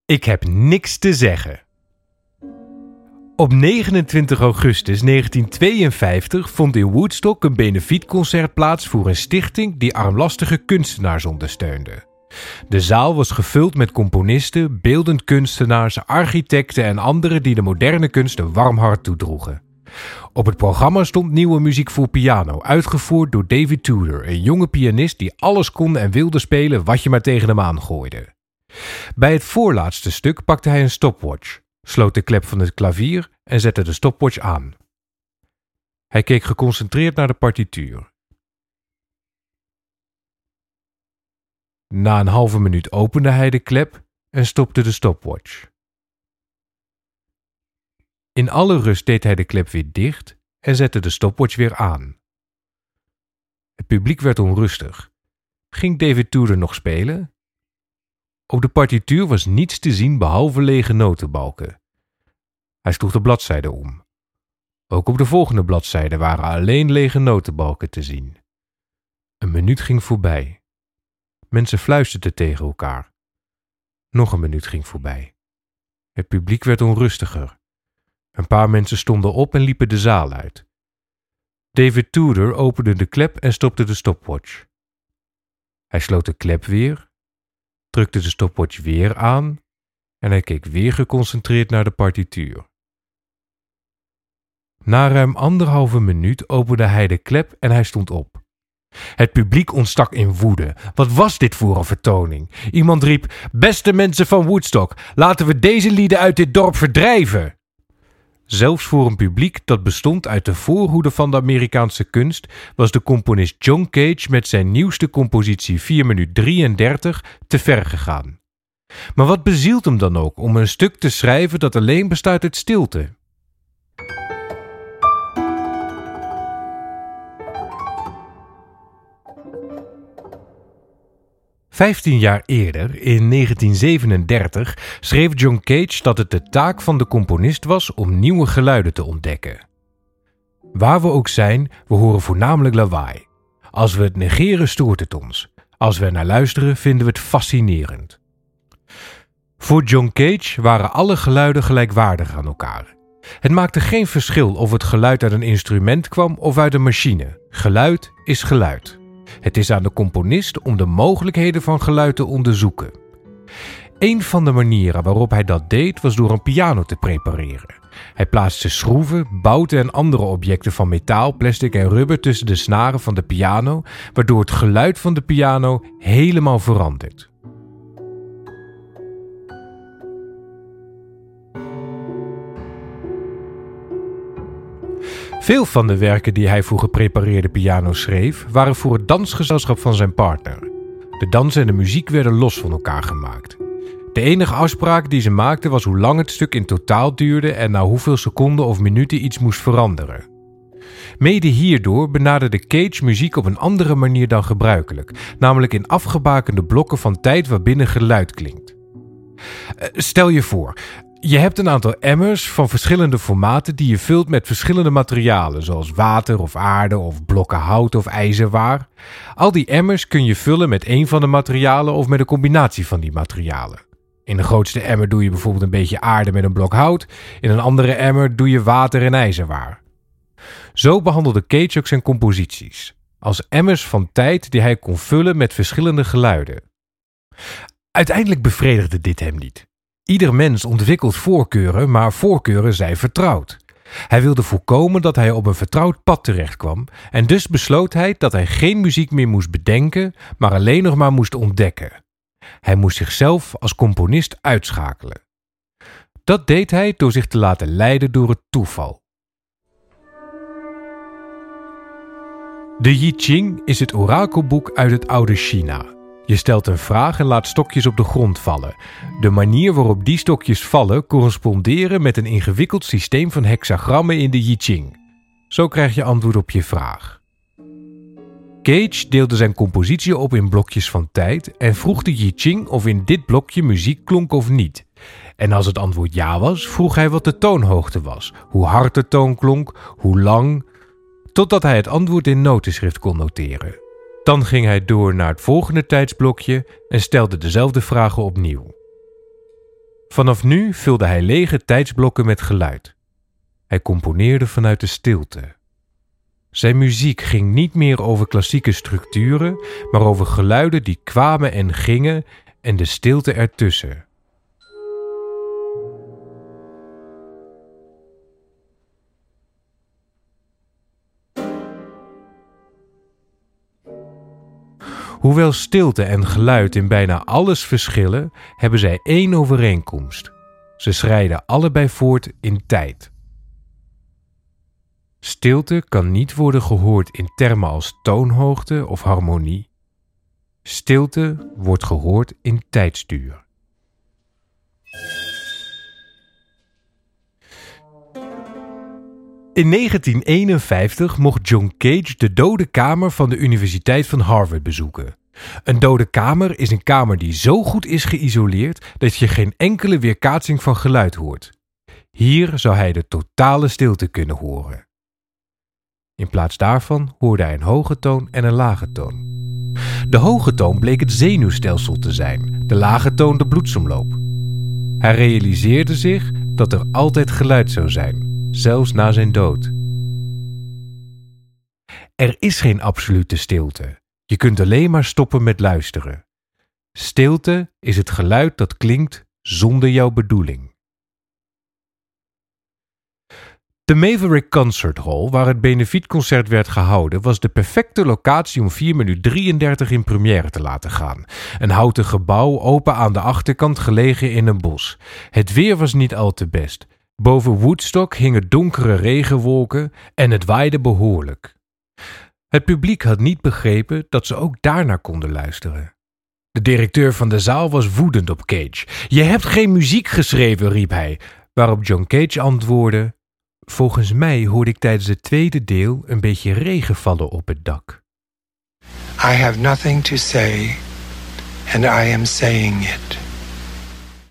Ik heb niks te zeggen. Op 29 augustus 1952 vond in Woodstock een benefietconcert plaats voor een stichting die armlastige kunstenaars ondersteunde. De zaal was gevuld met componisten, beeldend kunstenaars, architecten en anderen die de moderne kunst een warm hart toedroegen. Op het programma stond nieuwe muziek voor piano, uitgevoerd door David Tudor, een jonge pianist die alles kon en wilde spelen wat je maar tegen hem aangooide. Bij het voorlaatste stuk pakte hij een stopwatch, sloot de klep van het klavier en zette de stopwatch aan. Hij keek geconcentreerd naar de partituur. Na een halve minuut opende hij de klep en stopte de stopwatch. In alle rust deed hij de klep weer dicht en zette de stopwatch weer aan. Het publiek werd onrustig. Ging David Tudor nog spelen? Op de partituur was niets te zien behalve lege notenbalken. Hij sloeg de bladzijde om. Ook op de volgende bladzijde waren alleen lege notenbalken te zien. Een minuut ging voorbij. Mensen fluisterden tegen elkaar. Nog een minuut ging voorbij. Het publiek werd onrustiger. Een paar mensen stonden op en liepen de zaal uit. David Tudor opende de klep en stopte de stopwatch. Hij sloot de klep weer, drukte de stopwatch weer aan en hij keek weer geconcentreerd naar de partituur. Na ruim 1,5 minuut opende hij de klep en hij stond op. Het publiek ontstak in woede. Wat was dit voor een vertoning? Iemand riep: "Beste mensen van Woodstock, laten we deze lieden uit dit dorp verdrijven!" Zelfs voor een publiek dat bestond uit de voorhoede van de Amerikaanse kunst was de componist John Cage met zijn nieuwste compositie 4 minuut 33 te ver gegaan. Maar wat bezielt hem dan ook om een stuk te schrijven dat alleen bestaat uit stilte? $15 jaar eerder, in 1937, schreef John Cage dat het de taak van de componist was om nieuwe geluiden te ontdekken. Waar we ook zijn, we horen voornamelijk lawaai. Als we het negeren, stoort het ons. Als we er naar luisteren, vinden we het fascinerend. Voor John Cage waren alle geluiden gelijkwaardig aan elkaar. Het maakte geen verschil of het geluid uit een instrument kwam of uit een machine. Geluid is geluid. Het is aan de componist om de mogelijkheden van geluid te onderzoeken. Een van de manieren waarop hij dat deed was door een piano te prepareren. Hij plaatste schroeven, bouten en andere objecten van metaal, plastic en rubber tussen de snaren van de piano, waardoor het geluid van de piano helemaal verandert. Veel van de werken die hij voor geprepareerde piano's schreef, waren voor het dansgezelschap van zijn partner. De dans en de muziek werden los van elkaar gemaakt. De enige afspraak die ze maakten was hoe lang het stuk in totaal duurde en na hoeveel seconden of minuten iets moest veranderen. Mede hierdoor benaderde Cage muziek op een andere manier dan gebruikelijk, namelijk in afgebakende blokken van tijd waarbinnen geluid klinkt. Stel je voor, je hebt een aantal emmers van verschillende formaten die je vult met verschillende materialen, zoals water of aarde of blokken hout of ijzerwaar. Al die emmers kun je vullen met één van de materialen of met een combinatie van die materialen. In de grootste emmer doe je bijvoorbeeld een beetje aarde met een blok hout, in een andere emmer doe je water en ijzerwaar. Zo behandelde Cage ook zijn composities, als emmers van tijd die hij kon vullen met verschillende geluiden. Uiteindelijk bevredigde dit hem niet. Ieder mens ontwikkelt voorkeuren, maar voorkeuren zijn vertrouwd. Hij wilde voorkomen dat hij op een vertrouwd pad terechtkwam en dus besloot hij dat hij geen muziek meer moest bedenken, maar alleen nog maar moest ontdekken. Hij moest zichzelf als componist uitschakelen. Dat deed hij door zich te laten leiden door het toeval. De I Ching is het orakelboek uit het oude China. Je stelt een vraag en laat stokjes op de grond vallen. De manier waarop die stokjes vallen corresponderen met een ingewikkeld systeem van hexagrammen in de I Ching. Zo krijg je antwoord op je vraag. Cage deelde zijn compositie op in blokjes van tijd en vroeg de I Ching of in dit blokje muziek klonk of niet. En als het antwoord ja was, vroeg hij wat de toonhoogte was, hoe hard de toon klonk, hoe lang, totdat hij het antwoord in notenschrift kon noteren. Dan ging hij door naar het volgende tijdsblokje en stelde dezelfde vragen opnieuw. Vanaf nu vulde hij lege tijdsblokken met geluid. Hij componeerde vanuit de stilte. Zijn muziek ging niet meer over klassieke structuren, maar over geluiden die kwamen en gingen en de stilte ertussen. Hoewel stilte en geluid in bijna alles verschillen, hebben zij één overeenkomst. Ze schrijden allebei voort in tijd. Stilte kan niet worden gehoord in termen als toonhoogte of harmonie. Stilte wordt gehoord in tijdsduur. In 1951 mocht John Cage de dode kamer van de Universiteit van Harvard bezoeken. Een dode kamer is een kamer die zo goed is geïsoleerd dat je geen enkele weerkaatsing van geluid hoort. Hier zou hij de totale stilte kunnen horen. In plaats daarvan hoorde hij een hoge toon en een lage toon. De hoge toon bleek het zenuwstelsel te zijn, de lage toon de bloedsomloop. Hij realiseerde zich dat er altijd geluid zou zijn, zelfs na zijn dood. Er is geen absolute stilte. Je kunt alleen maar stoppen met luisteren. Stilte is het geluid dat klinkt zonder jouw bedoeling. De Maverick Concert Hall, waar het benefietconcert werd gehouden, was de perfecte locatie om 4:33 in première te laten gaan. Een houten gebouw, open aan de achterkant, gelegen in een bos. Het weer was niet al te best. Boven Woodstock hingen donkere regenwolken en het waaide behoorlijk. Het publiek had niet begrepen dat ze ook daarnaar konden luisteren. De directeur van de zaal was woedend op Cage. "Je hebt geen muziek geschreven," riep hij, waarop John Cage antwoordde: "Volgens mij hoorde ik tijdens het tweede deel een beetje regen vallen op het dak." I have nothing to say, and I am saying it.